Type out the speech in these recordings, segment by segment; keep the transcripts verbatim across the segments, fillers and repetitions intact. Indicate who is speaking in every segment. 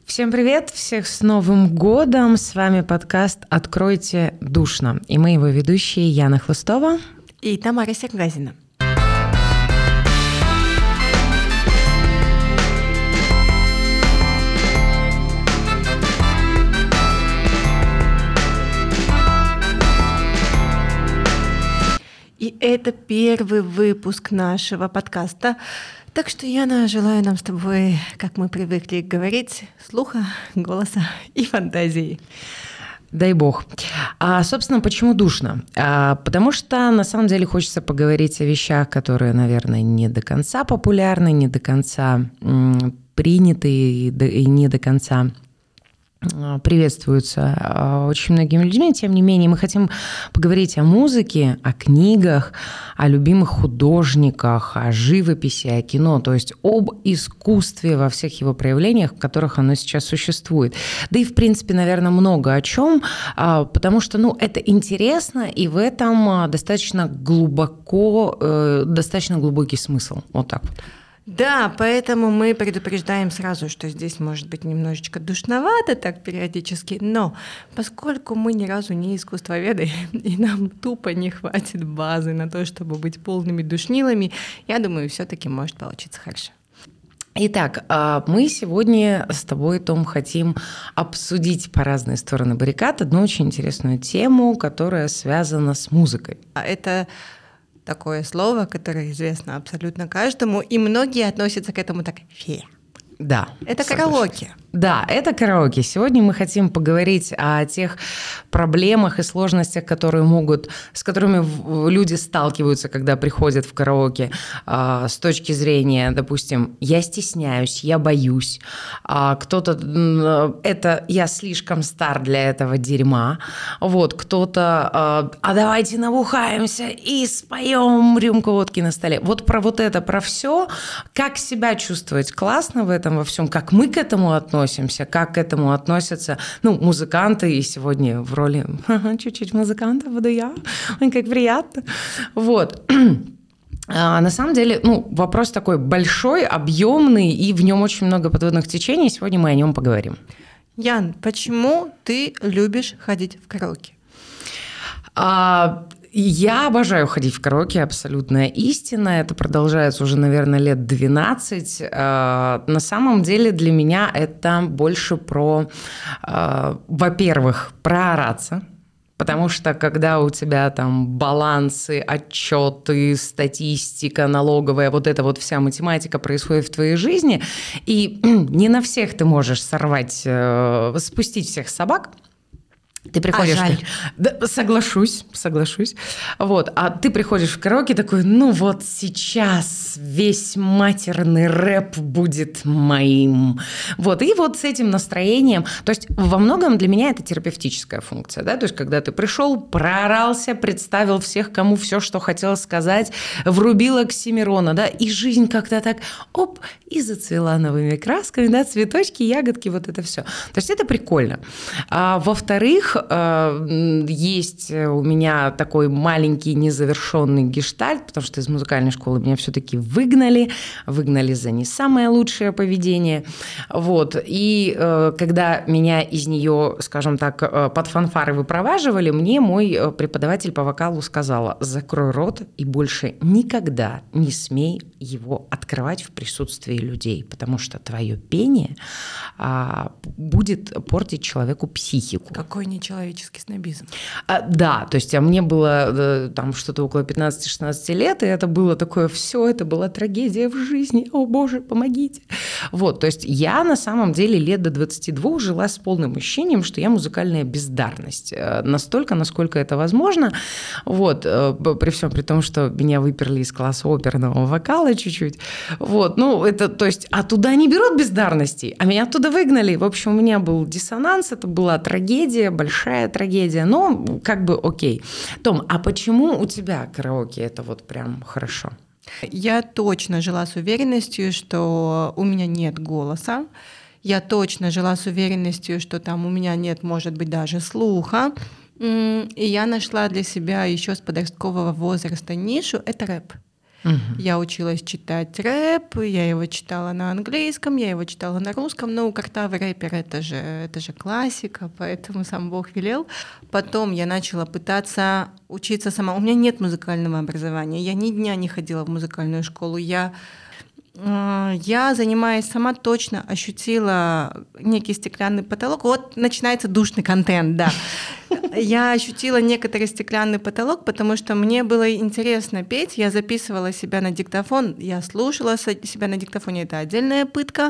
Speaker 1: Всем привет, всех с Новым годом, с вами подкаст «Откройте душно», и мы его ведущие Яна Хлыстова
Speaker 2: и Тамара Сергазина. И это первый выпуск нашего подкаста. Так что, Яна, желаю нам с тобой, как мы привыкли говорить, слуха, голоса и фантазии.
Speaker 1: Дай бог. А, собственно, почему душно? А, потому что, на самом деле, хочется поговорить о вещах, которые, наверное, не до конца популярны, не до конца м, приняты и, до, и не до конца приветствуются очень многими людьми. Тем не менее, мы хотим поговорить о музыке, о книгах, о любимых художниках, о живописи, о кино, то есть об искусстве во всех его проявлениях, в которых оно сейчас существует. Да и, в принципе, наверное, много о чем, потому что, ну, это интересно, и в этом достаточно глубоко, достаточно глубокий смысл. Вот так вот.
Speaker 2: Да, поэтому мы предупреждаем сразу, что здесь может быть немножечко душновато так периодически, но поскольку мы ни разу не искусствоведы, и нам тупо не хватит базы на то, чтобы быть полными душнилами, я думаю, все-таки может получиться хорошо.
Speaker 1: Итак, мы сегодня с тобой, Том, хотим обсудить по разные стороны баррикад одну очень интересную тему, которая связана с музыкой.
Speaker 2: Это такое слово, которое известно абсолютно каждому, и многие относятся к этому так «фе».
Speaker 1: Да.
Speaker 2: Это караоке.
Speaker 1: Да, это караоке. Сегодня мы хотим поговорить о тех проблемах и сложностях, которые могут, с которыми люди сталкиваются, когда приходят в караоке, с точки зрения, допустим, я стесняюсь, я боюсь, кто-то, это я слишком стар для этого дерьма, вот, кто-то, а давайте набухаемся и споем рюмку водки на столе. Вот про вот это, про все, как себя чувствовать классно в этом во всем, как мы к этому относимся, как к этому относятся, ну, музыканты, и сегодня в роли чуть-чуть музыканта буду я, ой, как приятно, вот. А на самом деле, ну, вопрос такой большой, объемный, и в нем очень много подводных течений, сегодня мы о нем поговорим.
Speaker 2: Ян, почему ты любишь ходить в караоке?
Speaker 1: А... Я обожаю ходить в караоке, абсолютная истина. Это продолжается уже, наверное, лет двенадцать. На самом деле для меня это больше про, во-первых, проораться. Потому что когда у тебя там балансы, отчеты, статистика налоговая, вот эта вот вся математика происходит в твоей жизни, и не на всех ты можешь сорвать, спустить всех собак. Ты приходишь...
Speaker 2: А, жаль.
Speaker 1: Да, соглашусь, соглашусь. Вот, а ты приходишь в караоке такой, ну вот сейчас весь матерный рэп будет моим. Вот, и вот с этим настроением... То есть во многом для меня это терапевтическая функция, да, то есть когда ты пришел, проорался, представил всех, кому все, что хотел сказать, врубил Оксимирона, да, и жизнь как-то так, оп, и зацвела новыми красками, да, цветочки, ягодки, вот это все. То есть это прикольно. А, во-вторых, есть у меня такой маленький незавершенный гештальт, потому что из музыкальной школы меня все-таки выгнали, выгнали за не самое лучшее поведение. Вот. И когда меня из нее, скажем так, под фанфары выпроваживали, мне мой преподаватель по вокалу сказала: закрой рот и больше никогда не смей его открывать в присутствии людей, потому что твое пение будет портить человеку психику.
Speaker 2: Какой нечеловеческий снобизм.
Speaker 1: А, да, то есть а мне было там что-то около пятнадцать-шестнадцать лет, и это было такое все, это была трагедия в жизни, о боже, помогите. Вот, то есть я на самом деле лет до двадцати двух жила с полным ощущением, что я музыкальная бездарность, настолько, насколько это возможно, вот, при всем при том, что меня выперли из класса оперного вокала чуть-чуть, вот, ну, это, то есть, а туда не берут бездарностей, а меня оттуда выгнали, в общем, у меня был диссонанс, это была трагедия, большая трагедия, но как бы окей. Том, а почему у тебя караоке это вот прям хорошо?
Speaker 2: Я точно жила с уверенностью, что у меня нет голоса. Я точно жила с уверенностью, что там у меня нет, может быть, даже слуха. И я нашла для себя еще с подросткового возраста нишу – это рэп. Угу. Я училась читать рэп, я его читала на английском, я его читала на русском. Ну, картавый рэпер — это же, это же классика, поэтому сам Бог велел. Потом я начала пытаться учиться сама. У меня нет музыкального образования, я ни дня не ходила в музыкальную школу. Я Я, занимаясь сама, точно ощутила некий стеклянный потолок. Вот начинается душный контент, да. Я ощутила некоторый стеклянный потолок, потому что мне было интересно петь. Я записывала себя на диктофон, я слушала себя на диктофоне, это отдельная пытка.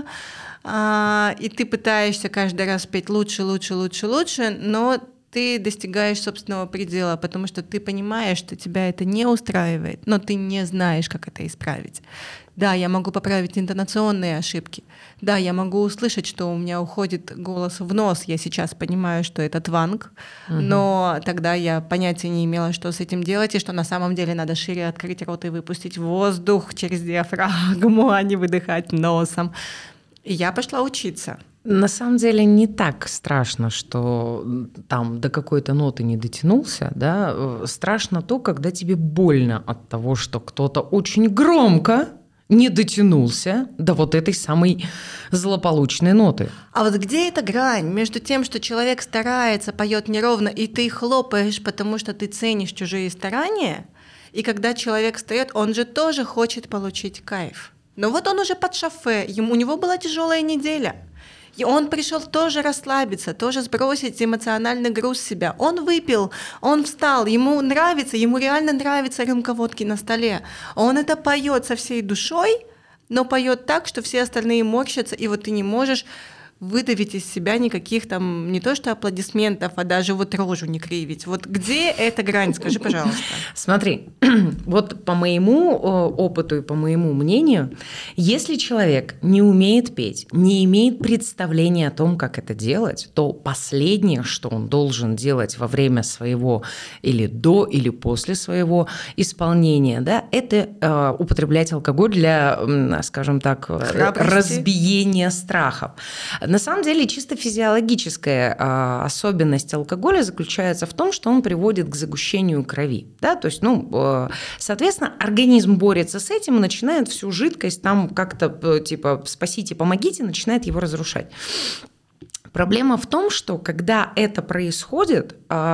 Speaker 2: И ты пытаешься каждый раз петь лучше, лучше, лучше, лучше, но ты достигаешь собственного предела, потому что ты понимаешь, что тебя это не устраивает, но ты не знаешь, как это исправить. Да, я могу поправить интонационные ошибки. Да, я могу услышать, что у меня уходит голос в нос. Я сейчас понимаю, что это тванг, угу. но тогда я понятия не имела, что с этим делать, и что на самом деле надо шире открыть рот и выпустить воздух через диафрагму, а не выдыхать носом. И я пошла учиться.
Speaker 1: На самом деле не так страшно, что там до какой-то ноты не дотянулся, да? Страшно то, когда тебе больно от того, что кто-то очень громко не дотянулся до вот этой самой злополучной ноты.
Speaker 2: А вот где эта грань между тем, что человек старается, поет неровно, и ты хлопаешь, потому что ты ценишь чужие старания, и когда человек встает, он же тоже хочет получить кайф. Но вот он уже под шофе, ему, у него была тяжелая неделя. И он пришел тоже расслабиться, тоже сбросить эмоциональный груз с себя. Он выпил, он встал, ему нравится, ему реально нравится рюмка водки на столе. Он это поет со всей душой, но поет так, что все остальные морщатся, и вот ты не можешь выдавить из себя никаких там, не то что аплодисментов, а даже вот рожу не кривить. Вот где эта грань, скажи, пожалуйста.
Speaker 1: Смотри, вот по моему опыту и по моему мнению, если человек не умеет петь, не имеет представления о том, как это делать, то последнее, что он должен делать во время своего или до, или после своего исполнения, да, это э, употреблять алкоголь для, скажем так, храбрости, разбиения страхов. На самом деле чисто физиологическая а, особенность алкоголя заключается в том, что он приводит к загущению крови. Да? То есть, ну, э, соответственно, организм борется с этим и начинает всю жидкость там как-то типа «спасите, помогите», начинает его разрушать. Проблема в том, что когда это происходит,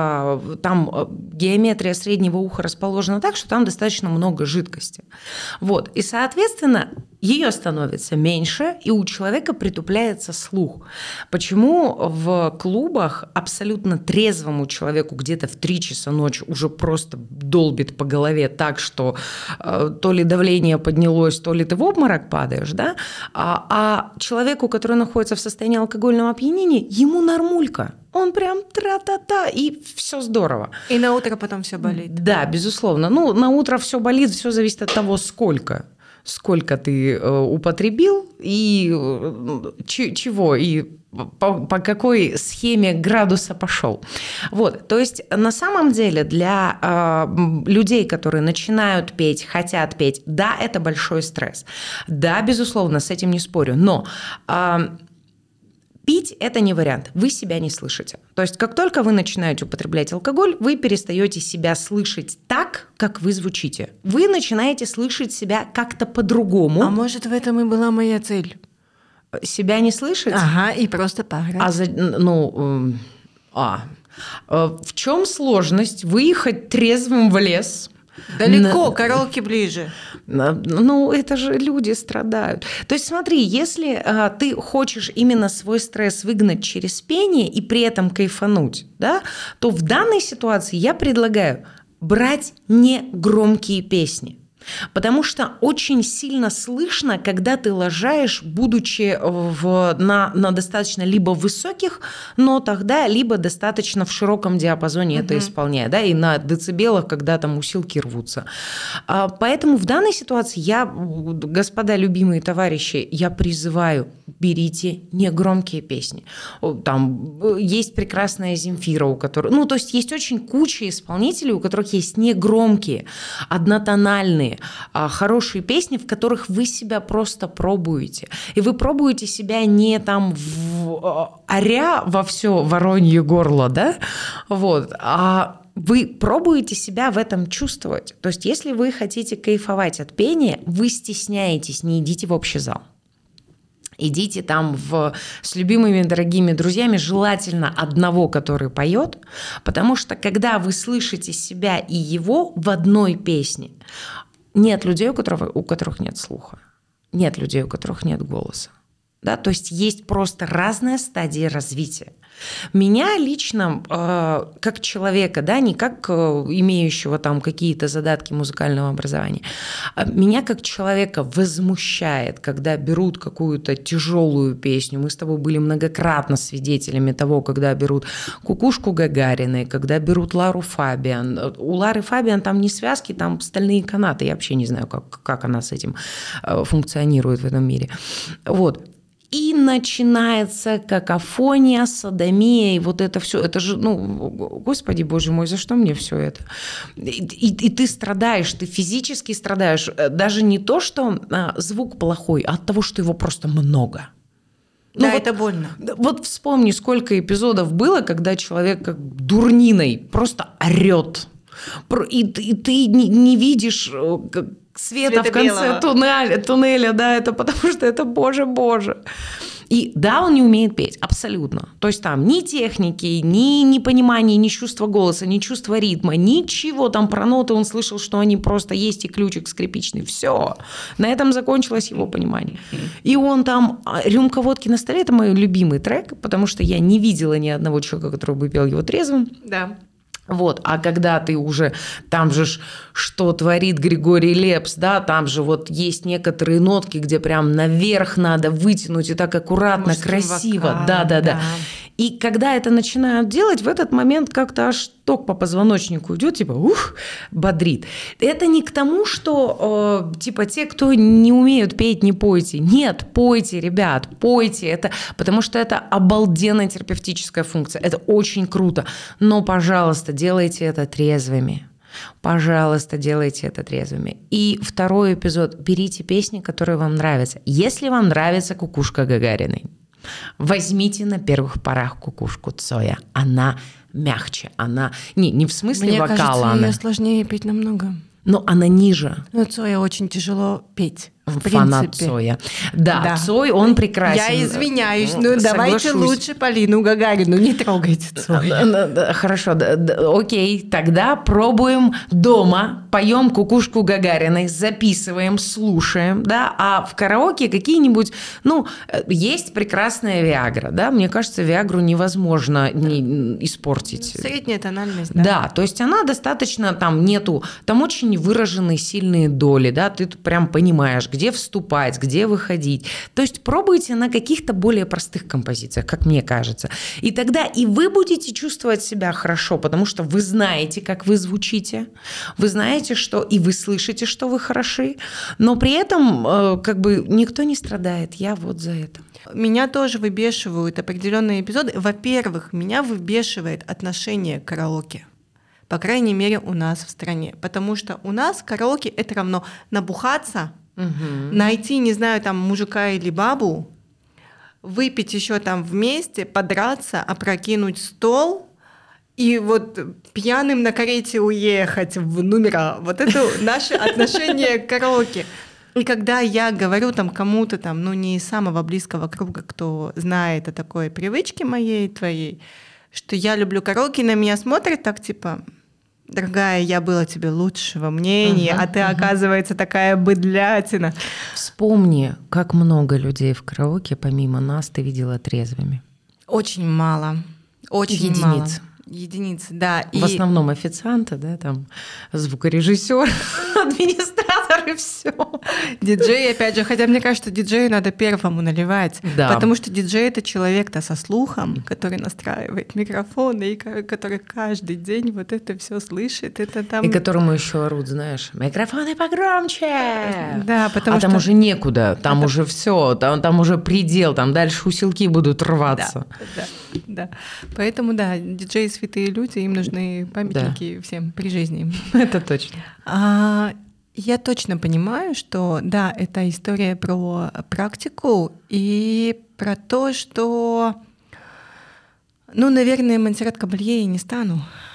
Speaker 1: там геометрия среднего уха расположена так, что там достаточно много жидкости. Вот. И, соответственно, ее становится меньше, и у человека притупляется слух. Почему в клубах абсолютно трезвому человеку где-то в три часа ночи уже просто долбит по голове так, что то ли давление поднялось, то ли ты в обморок падаешь, да? А, а человеку, который находится в состоянии алкогольного опьянения, ему нормулька. Он прям тра-та-та, и все здорово.
Speaker 2: И на утро потом все болит.
Speaker 1: Да, безусловно. Ну, на утро все болит, все зависит от того, сколько. Сколько ты э, употребил и э, ч- чего, и по, по какой схеме градуса пошел. Вот, то есть на самом деле для э, людей, которые начинают петь, хотят петь, да, это большой стресс. Да, безусловно, с этим не спорю, но... Э, Пить – это не вариант, вы себя не слышите. То есть как только вы начинаете употреблять алкоголь, вы перестаете себя слышать так, как вы звучите. Вы начинаете слышать себя как-то по-другому.
Speaker 2: А может, в этом и была моя цель?
Speaker 1: Себя не слышать?
Speaker 2: Ага, и просто поорать.
Speaker 1: А, за, ну, э, а, в чем сложность выехать трезвым в лес?
Speaker 2: Далеко, на... караоке ближе.
Speaker 1: Ну, это же люди страдают. То есть смотри, если а, ты хочешь именно свой стресс выгнать через пение и при этом кайфануть, да, то в данной ситуации я предлагаю брать негромкие песни. Потому что очень сильно слышно, когда ты лажаешь, будучи в, на, на достаточно либо высоких нотах, да, либо достаточно в широком диапазоне uh-huh. это исполняя, да, и на децибелах, когда там усилки рвутся. А, поэтому в данной ситуации я, господа любимые товарищи, я призываю, берите негромкие песни. Там есть прекрасная Земфира, у которой... Ну, то есть есть очень куча исполнителей, у которых есть негромкие, однотональные, хорошие песни, в которых вы себя просто пробуете. И вы пробуете себя не там в, оря во все воронье горло, да, вот, а вы пробуете себя в этом чувствовать. То есть если вы хотите кайфовать от пения, вы стесняетесь, не идите в общий зал. Идите там в, с любимыми дорогими друзьями, желательно одного, который поет, потому что когда вы слышите себя и его в одной песне, нет людей, у которых, у которых нет слуха, нет людей, у которых нет голоса. Да? То есть есть просто разные стадии развития. Меня лично, э, как человека, да, не как э, имеющего там какие-то задатки музыкального образования, а меня как человека возмущает, когда берут какую-то тяжелую песню. Мы с тобой были многократно свидетелями того, когда берут «Кукушку Гагариной», когда берут Лару Фабиан. У Лары Фабиан там не связки, там стальные канаты. Я вообще не знаю, как, как она с этим э, функционирует в этом мире. Вот. И начинается какофония, содомия, и вот это все. Это же, ну, Господи, Боже мой, за что мне все это? И, и, и ты страдаешь, ты физически страдаешь. Даже не то, что а, звук плохой, а от того, что его просто много.
Speaker 2: Да,
Speaker 1: ну,
Speaker 2: это
Speaker 1: вот,
Speaker 2: больно.
Speaker 1: Вот вспомни, сколько эпизодов было, когда человек как дурниной просто орет. И, и ты не, не видишь... света в конце туннеля, туннеля, да, это потому что это боже, боже. И да, он не умеет петь, абсолютно. То есть там ни техники, ни, ни понимания, ни чувства голоса, ни чувства ритма, ничего там про ноты. Он слышал, что они просто есть и ключик скрипичный. Все. На этом закончилось его понимание. И он там... «Рюмка водки на столе» — это мой любимый трек, потому что я не видела ни одного человека, который бы пел его трезвым.
Speaker 2: Да.
Speaker 1: Вот, а когда ты уже, там же что творит Григорий Лепс, да, там же вот есть некоторые нотки, где прям наверх надо вытянуть и так аккуратно, мужским красиво, вокалом, да, да, да. И когда это начинают делать, в этот момент как-то аж ток по позвоночнику идет, типа, ух, бодрит. Это не к тому, что, э, типа, те, кто не умеют петь, не пойте. Нет, пойте, ребят, пойте. Это, потому что это обалденная терапевтическая функция. Это очень круто. Но, пожалуйста, делайте это трезвыми. Пожалуйста, делайте это трезвыми. И второй эпизод. Берите песни, которые вам нравятся. Если вам нравится «Кукушка Гагариной», возьмите на первых порах «Кукушку Цоя». Она мягче, она... Не, не в смысле
Speaker 2: Мне
Speaker 1: вокала.
Speaker 2: Мне кажется,
Speaker 1: она...
Speaker 2: ее сложнее петь намного.
Speaker 1: Но она ниже.
Speaker 2: Но Цоя очень тяжело петь. В
Speaker 1: Фанат
Speaker 2: принципе.
Speaker 1: Цоя. Да,
Speaker 2: да,
Speaker 1: Цой, он прекрасен.
Speaker 2: Я извиняюсь, но
Speaker 1: Соглашусь.
Speaker 2: Давайте лучше Полину Гагарину, не трогайте Цоя.
Speaker 1: Хорошо, да, да, окей, тогда пробуем дома, поем «Кукушку Гагариной», записываем, слушаем, да, а в караоке какие-нибудь, ну, есть прекрасная Виагра, да, мне кажется, Виагру невозможно не испортить.
Speaker 2: Средняя тональность, да.
Speaker 1: Да, то есть она достаточно, там нету, там очень выраженные сильные доли, да, ты прям понимаешь, где вступать, где выходить. То есть пробуйте на каких-то более простых композициях, как мне кажется. И тогда и вы будете чувствовать себя хорошо, потому что вы знаете, как вы звучите, вы знаете, что и вы слышите, что вы хороши, но при этом э, как бы никто не страдает. Я вот за это.
Speaker 2: Меня тоже выбешивают определенные эпизоды. Во-первых, меня выбешивает отношение к караоке. По крайней мере, у нас в стране. Потому что у нас караоке — это равно набухаться, угу. найти, не знаю, там мужика или бабу, выпить еще там вместе, подраться, опрокинуть стол и вот пьяным на карете уехать в номера. Вот это наше отношение к караоке. И когда я говорю там кому-то, там, ну, не из самого близкого круга, кто знает о такой привычке моей, твоей, что я люблю караоке, на меня смотрят так, типа... Дорогая, я была тебе лучшего мнения, uh-huh, а ты, uh-huh. оказывается, такая быдлятина.
Speaker 1: Вспомни, как много людей в караоке, помимо нас, ты видела трезвыми.
Speaker 2: Очень мало. Очень
Speaker 1: Единиц.
Speaker 2: мало. Единицы, да.
Speaker 1: В и... основном официанты, да, там звукорежиссер, администратор и все.
Speaker 2: Диджей, опять же, хотя мне кажется, диджею надо первому наливать, да. Потому что диджей — это человек-то со слухом, который настраивает микрофоны и который каждый день вот это все слышит. Это там...
Speaker 1: И которому еще орут, знаешь, микрофоны погромче.
Speaker 2: Да, потому
Speaker 1: а
Speaker 2: что...
Speaker 1: там уже некуда, там это... уже все, там, там уже предел, там дальше усилки будут рваться.
Speaker 2: Да, да, да. Поэтому, да, диджеи — святые люди, им нужны памятники, да. Всем при жизни.
Speaker 1: Это точно.
Speaker 2: А, я точно понимаю, что да, это история про практику и про то, что, ну, наверное, Монсеррат Кабалье я не стану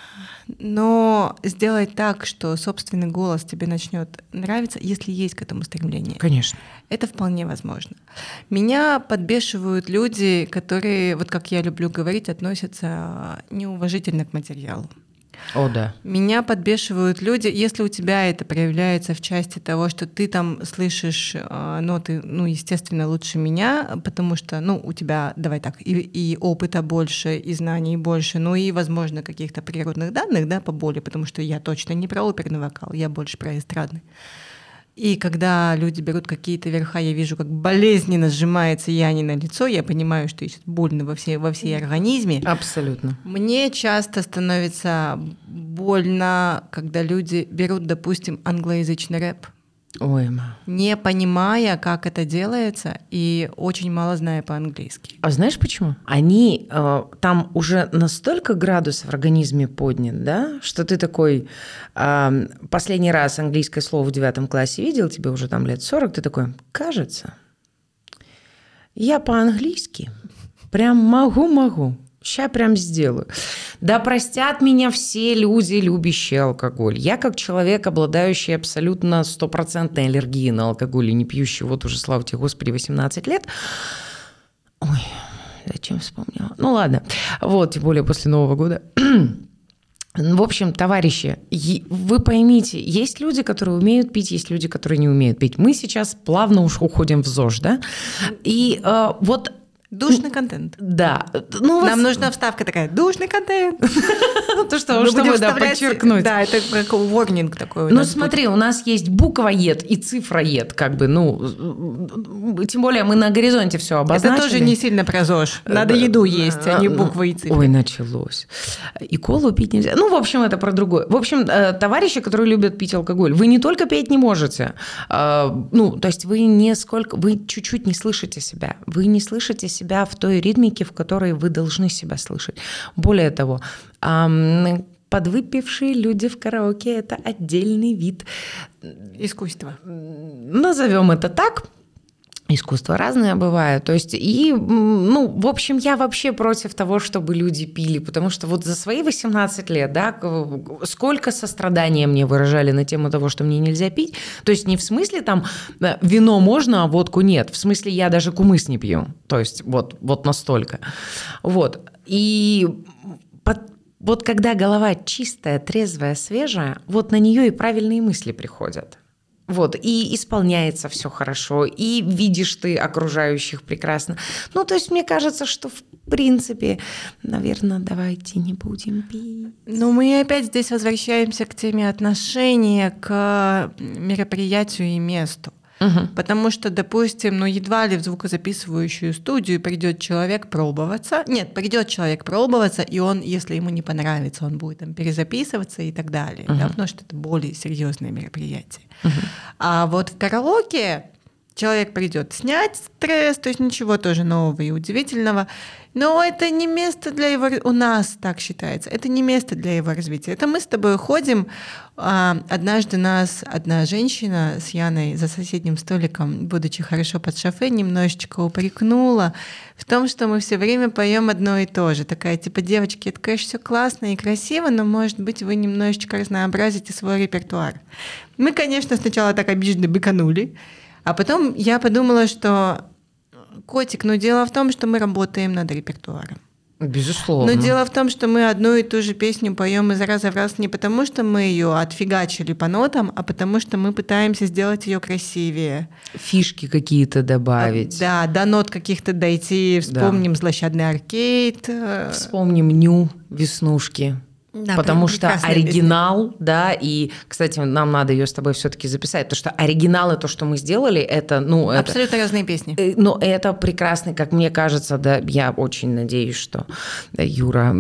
Speaker 2: но сделать так, что собственный голос тебе начнет нравиться, если есть к этому стремление.
Speaker 1: Конечно.
Speaker 2: Это вполне возможно. Меня подбешивают люди, которые, вот как я люблю говорить, относятся неуважительно к материалу.
Speaker 1: О, да.
Speaker 2: Меня подбешивают люди, если у тебя это проявляется в части того, что ты там слышишь э, ноты, ну, естественно, лучше меня, потому что, ну, у тебя, давай так, и, и опыта больше, и знаний больше, ну, и, возможно, каких-то природных данных, да, поболее, потому что я точно не про оперный вокал, я больше про эстрадный. И когда люди берут какие-то верха, я вижу, как болезненно сжимается Яни на лицо, я понимаю, что ищет больно во всей, во всей организме.
Speaker 1: Абсолютно.
Speaker 2: Мне часто становится больно, когда люди берут, допустим, англоязычный рэп,
Speaker 1: Ой, ма.
Speaker 2: не понимая, как это делается, и очень мало зная по-английски.
Speaker 1: А знаешь почему? Они э, там уже настолько градус в организме поднят, да, что ты такой э, последний раз английское слово в девятом классе видел, тебе уже там лет сорок, ты такой, кажется, я по-английски прям могу-могу. Сейчас прям сделаю. Да простят меня все люди, любящие алкоголь. Я как человек, обладающий абсолютно стопроцентной аллергией на алкоголь и не пьющий вот уже, слава тебе, Господи, восемнадцать лет. Ой, зачем вспомнила? Ну ладно. Вот, тем более после Нового года. В общем, товарищи, вы поймите, есть люди, которые умеют пить, есть люди, которые не умеют пить. Мы сейчас плавно уж уходим в ЗОЖ, да? И э, вот...
Speaker 2: Душный контент.
Speaker 1: Да. Ну,
Speaker 2: Нам
Speaker 1: вот...
Speaker 2: нужна вставка такая, душный контент.
Speaker 1: То, что, чтобы да, подчеркнуть.
Speaker 2: Да, это как ворнинг такой.
Speaker 1: Ну, смотри, у нас есть буквоед и цифроед, как бы, ну, тем более мы на горизонте все обозначили.
Speaker 2: Это тоже не сильно про ЗОЖ. Надо еду есть, а не буквы и цифры.
Speaker 1: Ой, началось. И колу пить нельзя. Ну, в общем, это про другое. В общем, товарищи, которые любят пить алкоголь, вы не только петь не можете, ну, то есть вы не сколько, вы чуть-чуть не слышите себя, вы не слышите себя себя в той ритмике, в которой вы должны себя слышать. Более того, подвыпившие люди в караоке – это отдельный вид
Speaker 2: искусства.
Speaker 1: Назовем это так. Искусства разные бывают. То есть, и, ну, в общем, я вообще против того, чтобы люди пили, потому что вот за свои восемнадцать лет, да, сколько сострадания мне выражали на тему того, что мне нельзя пить. То есть не в смысле там вино можно, а водку нет. В смысле я даже кумыс не пью. То есть вот, вот настолько. Вот. И под, вот когда голова чистая, трезвая, свежая, вот на нее и правильные мысли приходят. Вот, и исполняется все хорошо, и видишь ты окружающих прекрасно. Ну, то есть мне кажется, что в принципе, наверное, давайте не будем пить.
Speaker 2: Но мы опять здесь возвращаемся к теме отношения к мероприятию и месту. Угу. Потому что, допустим, ну едва ли в звукозаписывающую студию придет человек пробоваться. Нет, придет человек пробоваться, и он, если ему не понравится, он будет там перезаписываться и так далее. Угу. Да, потому что это более серьезное мероприятие. Угу. А вот в караоке человек придет снять стресс, то есть ничего тоже нового и удивительного. Но это не место для его... У нас так считается. Это не место для его развития. Это мы с тобой ходим. Однажды нас одна женщина с Яной за соседним столиком, будучи хорошо под шофе, немножечко упрекнула в том, что мы все время поем одно и то же. Такая типа, девочки, это, конечно, все классно и красиво, но, может быть, вы немножечко разнообразите свой репертуар. Мы, конечно, сначала так обиженно быканули, а потом я подумала, что котик, но дело в том, что мы работаем над репертуаром.
Speaker 1: Безусловно.
Speaker 2: Но дело в том, что мы одну и ту же песню поем из раза в раз не потому, что мы ее отфигачили по нотам, а потому что мы пытаемся сделать ее красивее.
Speaker 1: Фишки какие-то добавить.
Speaker 2: Да, до нот каких-то дойти. Вспомним да. «Злощадный аркейд».
Speaker 1: Вспомним «Ню», «Веснушки». Да, потому что оригинал, песня. Да, и, кстати, нам надо ее с тобой все-таки записать, потому что оригинал и то, что мы сделали, это, ну,
Speaker 2: абсолютно
Speaker 1: это,
Speaker 2: разные песни.
Speaker 1: Ну, это прекрасный, как мне кажется, да, я очень надеюсь, что Юра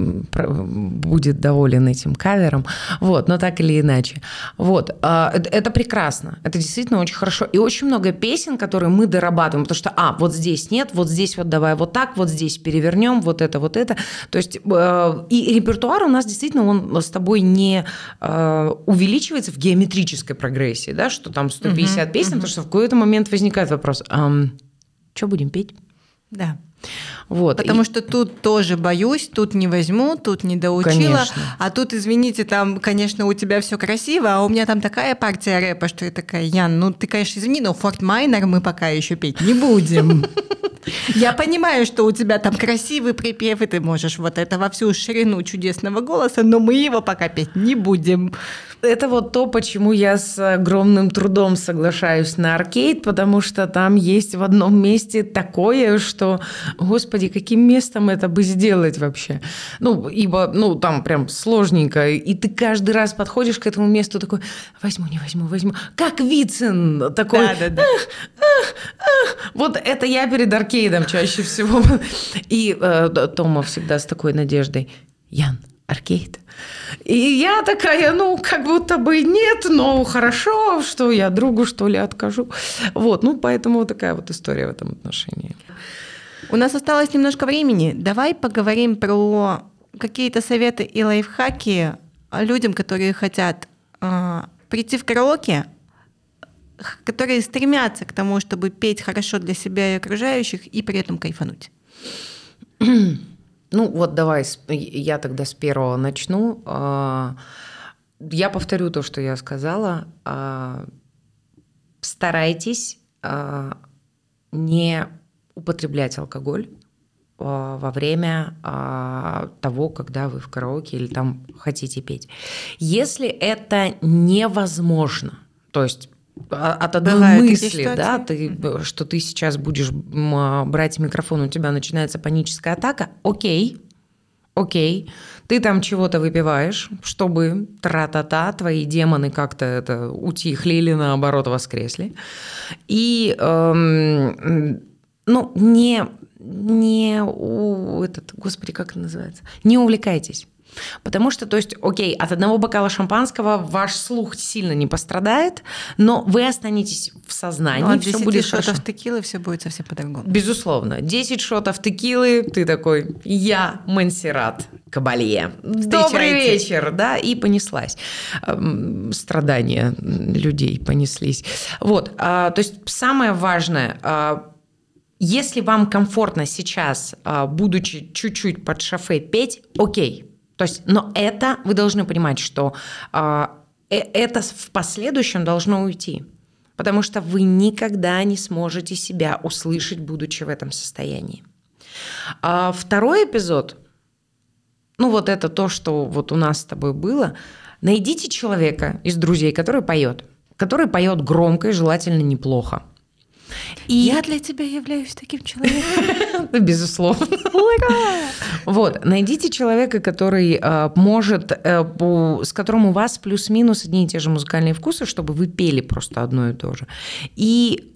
Speaker 1: будет доволен этим кавером, вот, но так или иначе, вот, это прекрасно, это действительно очень хорошо, и очень много песен, которые мы дорабатываем, потому что, а, вот здесь нет, вот здесь вот давай вот так, вот здесь перевернем, вот это, вот это, то есть, и репертуар у нас действительно он с тобой не э, увеличивается в геометрической прогрессии, да, что там сто пятьдесят uh-huh, песен, uh-huh. потому что в какой-то момент возникает вопрос, эм, что будем петь?
Speaker 2: Да.
Speaker 1: Вот.
Speaker 2: Потому
Speaker 1: и...
Speaker 2: что тут тоже боюсь, тут не возьму, тут не доучила.
Speaker 1: Конечно.
Speaker 2: А тут, извините, там, конечно, у тебя все красиво, а у меня там такая партия рэпа, что я такая: Ян, ну ты, конечно, извини, но Форт Майнер мы пока еще петь не будем. Я понимаю, что у тебя там красивый припев, и ты можешь вот это во всю ширину чудесного голоса, но мы его пока петь не будем.
Speaker 1: Это вот то, почему я с огромным трудом соглашаюсь на Аркейд, потому что там есть в одном месте такое, что, господи, каким местом это бы сделать вообще? Ну, ибо, ну, там прям сложненько, и ты каждый раз подходишь к этому месту такой: возьму, не возьму, возьму. Как Вицин такой.
Speaker 2: Да, да, да.
Speaker 1: Ах, ах, ах. Вот это я перед Аркейдом чаще всего. И э, Тома всегда с такой надеждой: Ян, Аркейд. И я такая, ну, как будто бы нет, но хорошо, что я другу, что ли, откажу. Вот, ну, поэтому вот такая вот история в этом отношении.
Speaker 2: У нас осталось немножко времени. Давай поговорим про какие-то советы и лайфхаки людям, которые хотят э, прийти в караоке, которые стремятся к тому, чтобы петь хорошо для себя и окружающих, и при этом кайфануть.
Speaker 1: Ну, вот давай я тогда с первого начну. Я повторю то, что я сказала. Старайтесь не употреблять алкоголь во время того, когда вы в караоке или там хотите петь. Если это невозможно, то есть от одной
Speaker 2: Бывают
Speaker 1: мысли, да, ты, mm-hmm. что ты сейчас будешь брать микрофон, у тебя начинается паническая атака, окей, окей, ты там чего-то выпиваешь, чтобы тра-та-та, твои демоны как-то это утихли или наоборот воскресли. И, эм, ну, не, не, у, этот, господи, как это называется, не увлекайтесь. Потому что, то есть, окей, от одного бокала шампанского ваш слух сильно не пострадает, но вы останетесь в сознании,
Speaker 2: ну,
Speaker 1: все будет
Speaker 2: шотов
Speaker 1: хорошо.
Speaker 2: текилы все будет совсем по-другому.
Speaker 1: Безусловно. десять шотов текилы, ты такой: я Монсеррат Кабалье. Добрый вечер, да, и понеслась. Страдания людей понеслись. Вот, то есть самое важное, если вам комфортно сейчас, будучи чуть-чуть под шофе, петь, окей. То есть, но это вы должны понимать, что э, это в последующем должно уйти, потому что вы никогда не сможете себя услышать, будучи в этом состоянии. А второй эпизод, ну вот это то, что вот у нас с тобой было. Найдите человека из друзей, который поет, который поет громко и желательно неплохо.
Speaker 2: И... Я для тебя являюсь таким человеком.
Speaker 1: Безусловно.
Speaker 2: Ура!
Speaker 1: Вот, найдите человека, который э, может, э, по, с которым у вас плюс-минус одни и те же музыкальные вкусы, чтобы вы пели просто одно и то же. И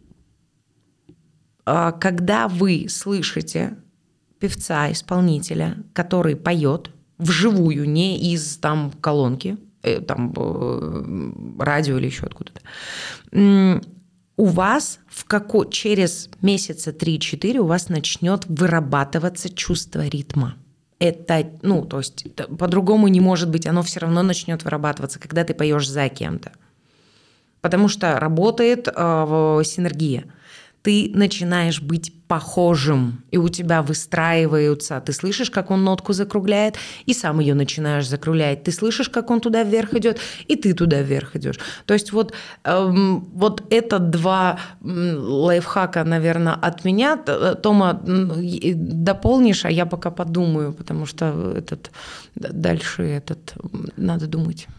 Speaker 1: э, когда вы слышите певца, исполнителя, который поет вживую, не из там колонки, э, там э, радио или еще откуда-то, э, у вас в како... через месяца три-четыре у вас начнет вырабатываться чувство ритма. Это, ну, то есть по-другому не может быть, оно все равно начнет вырабатываться, когда ты поешь за кем-то. Потому что работает э, синергия. Ты начинаешь быть похожим, и у тебя выстраиваются. Ты слышишь, как он нотку закругляет, и сам ее начинаешь закруглять. Ты слышишь, как он туда вверх идет, и ты туда вверх идешь. То есть вот, эм, вот это два лайфхака, наверное, от меня. Тома, дополнишь, а я пока подумаю, потому что этот, дальше этот, надо думать.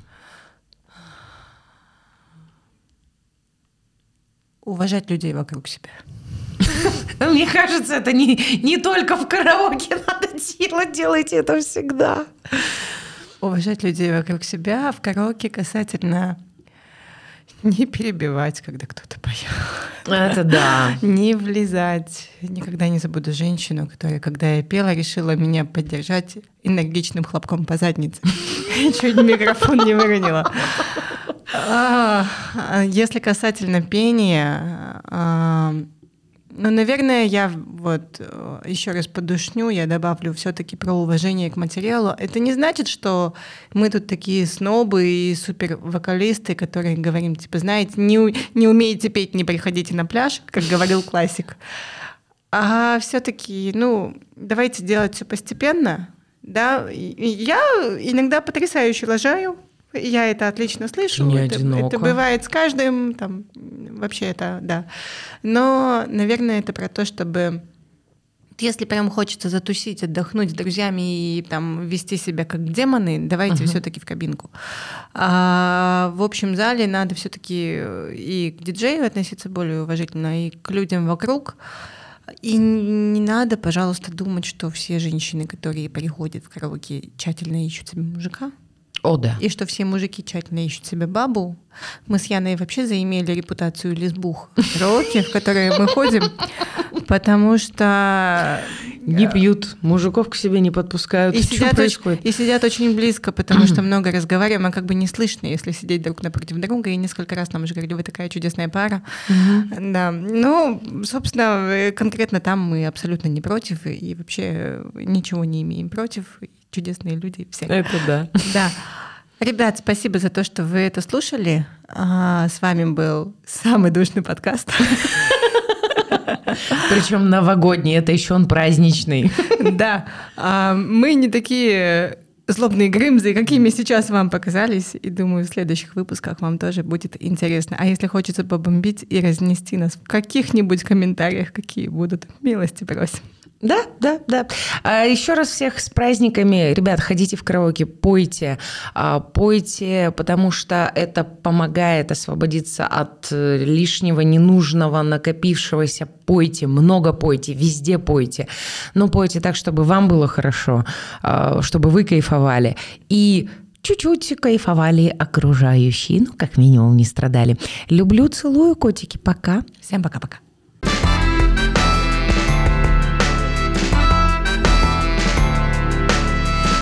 Speaker 2: Уважать людей вокруг себя.
Speaker 1: Мне кажется, это не, не только в караоке надо делать, делайте это всегда.
Speaker 2: Уважать людей вокруг себя, а в караоке касательно не перебивать, когда кто-то поет.
Speaker 1: Это да.
Speaker 2: Не влезать. Никогда не забуду женщину, которая, когда я пела, решила меня поддержать энергичным хлопком по заднице. Чуть микрофон не выронила. Если касательно пения, ну, наверное, я вот еще раз подушню, я добавлю все-таки про уважение к материалу. Это не значит, что мы тут такие снобы и супервокалисты, которые говорим, типа, знаете, не, не умеете петь, не приходите на пляж, как говорил классик. А все-таки, ну, давайте делать все постепенно. Да, я иногда потрясающе лажаю. Я это отлично слышу.
Speaker 1: Не
Speaker 2: это,
Speaker 1: одиноко.
Speaker 2: это бывает с каждым. Там, вообще это, да. Но, наверное, это про то, чтобы... Если прям хочется затусить, отдохнуть с друзьями и там вести себя как демоны, давайте uh-huh. все-таки в кабинку. А в общем зале надо все-таки и к диджею относиться более уважительно, и к людям вокруг. И не надо, пожалуйста, думать, что все женщины, которые приходят в караоке, тщательно ищут себе мужика.
Speaker 1: О, да.
Speaker 2: И что все мужики тщательно ищут себе бабу. Мы с Яной вообще заимели репутацию лесбух в караоке, в которые мы ходим, потому что...
Speaker 1: Не пьют, мужиков к себе не подпускают.
Speaker 2: И
Speaker 1: что
Speaker 2: сидят
Speaker 1: происходит?
Speaker 2: Очень, и сидят очень близко, потому что много разговариваем, а как бы не слышно, если сидеть друг напротив друга. И несколько раз нам уже говорили, вы такая чудесная пара. Mm-hmm. Да. Ну, собственно, конкретно там мы абсолютно не против и вообще ничего не имеем против. Чудесные люди все.
Speaker 1: Это да.
Speaker 2: Да. Ребят, спасибо за то, что вы это слушали. А, с вами был самый душный подкаст.
Speaker 1: Причем новогодний, это еще он праздничный.
Speaker 2: Да. А, мы не такие злобные грымзы, какими сейчас вам показались. И думаю, в следующих выпусках вам тоже будет интересно. А если хочется побомбить и разнести нас в каких-нибудь комментариях, какие будут, милости просим.
Speaker 1: Да, да, да. А еще раз всех с праздниками. Ребят, ходите в караоке, пойте. Пойте, потому что это помогает освободиться от лишнего, ненужного, накопившегося. Пойте, много пойте, везде пойте. Но пойте так, чтобы вам было хорошо, чтобы вы кайфовали. И чуть-чуть кайфовали окружающие. Ну, как минимум, не страдали. Люблю, целую, котики. Пока.
Speaker 2: Всем пока-пока.